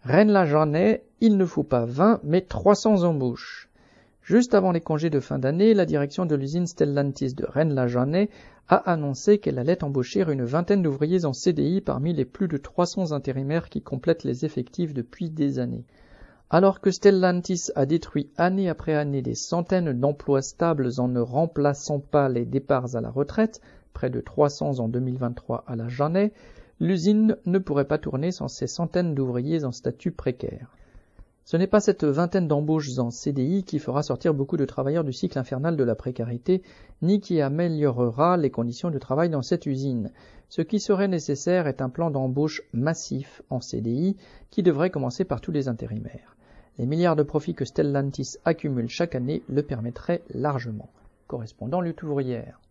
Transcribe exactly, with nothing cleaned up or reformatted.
Rennes-la-Jaunais, il ne faut pas vingt, mais trois cents embauches. Juste avant les congés de fin d'année, la direction de l'usine Stellantis de Rennes-la-Jaunais a annoncé qu'elle allait embaucher une vingtaine d'ouvriers en C D I parmi les plus de trois cents intérimaires qui complètent les effectifs depuis des années. Alors que Stellantis a détruit année après année des centaines d'emplois stables en ne remplaçant pas les départs à la retraite, près de trois cents en deux mille vingt-trois à la Jaunais, l'usine ne pourrait pas tourner sans ces centaines d'ouvriers en statut précaire. Ce n'est pas cette vingtaine d'embauches en C D I qui fera sortir beaucoup de travailleurs du cycle infernal de la précarité, ni qui améliorera les conditions de travail dans cette usine. Ce qui serait nécessaire est un plan d'embauche massif en C D I qui devrait commencer par tous les intérimaires. Les milliards de profits que Stellantis accumule chaque année le permettraient largement. Correspondant Lutte ouvrière.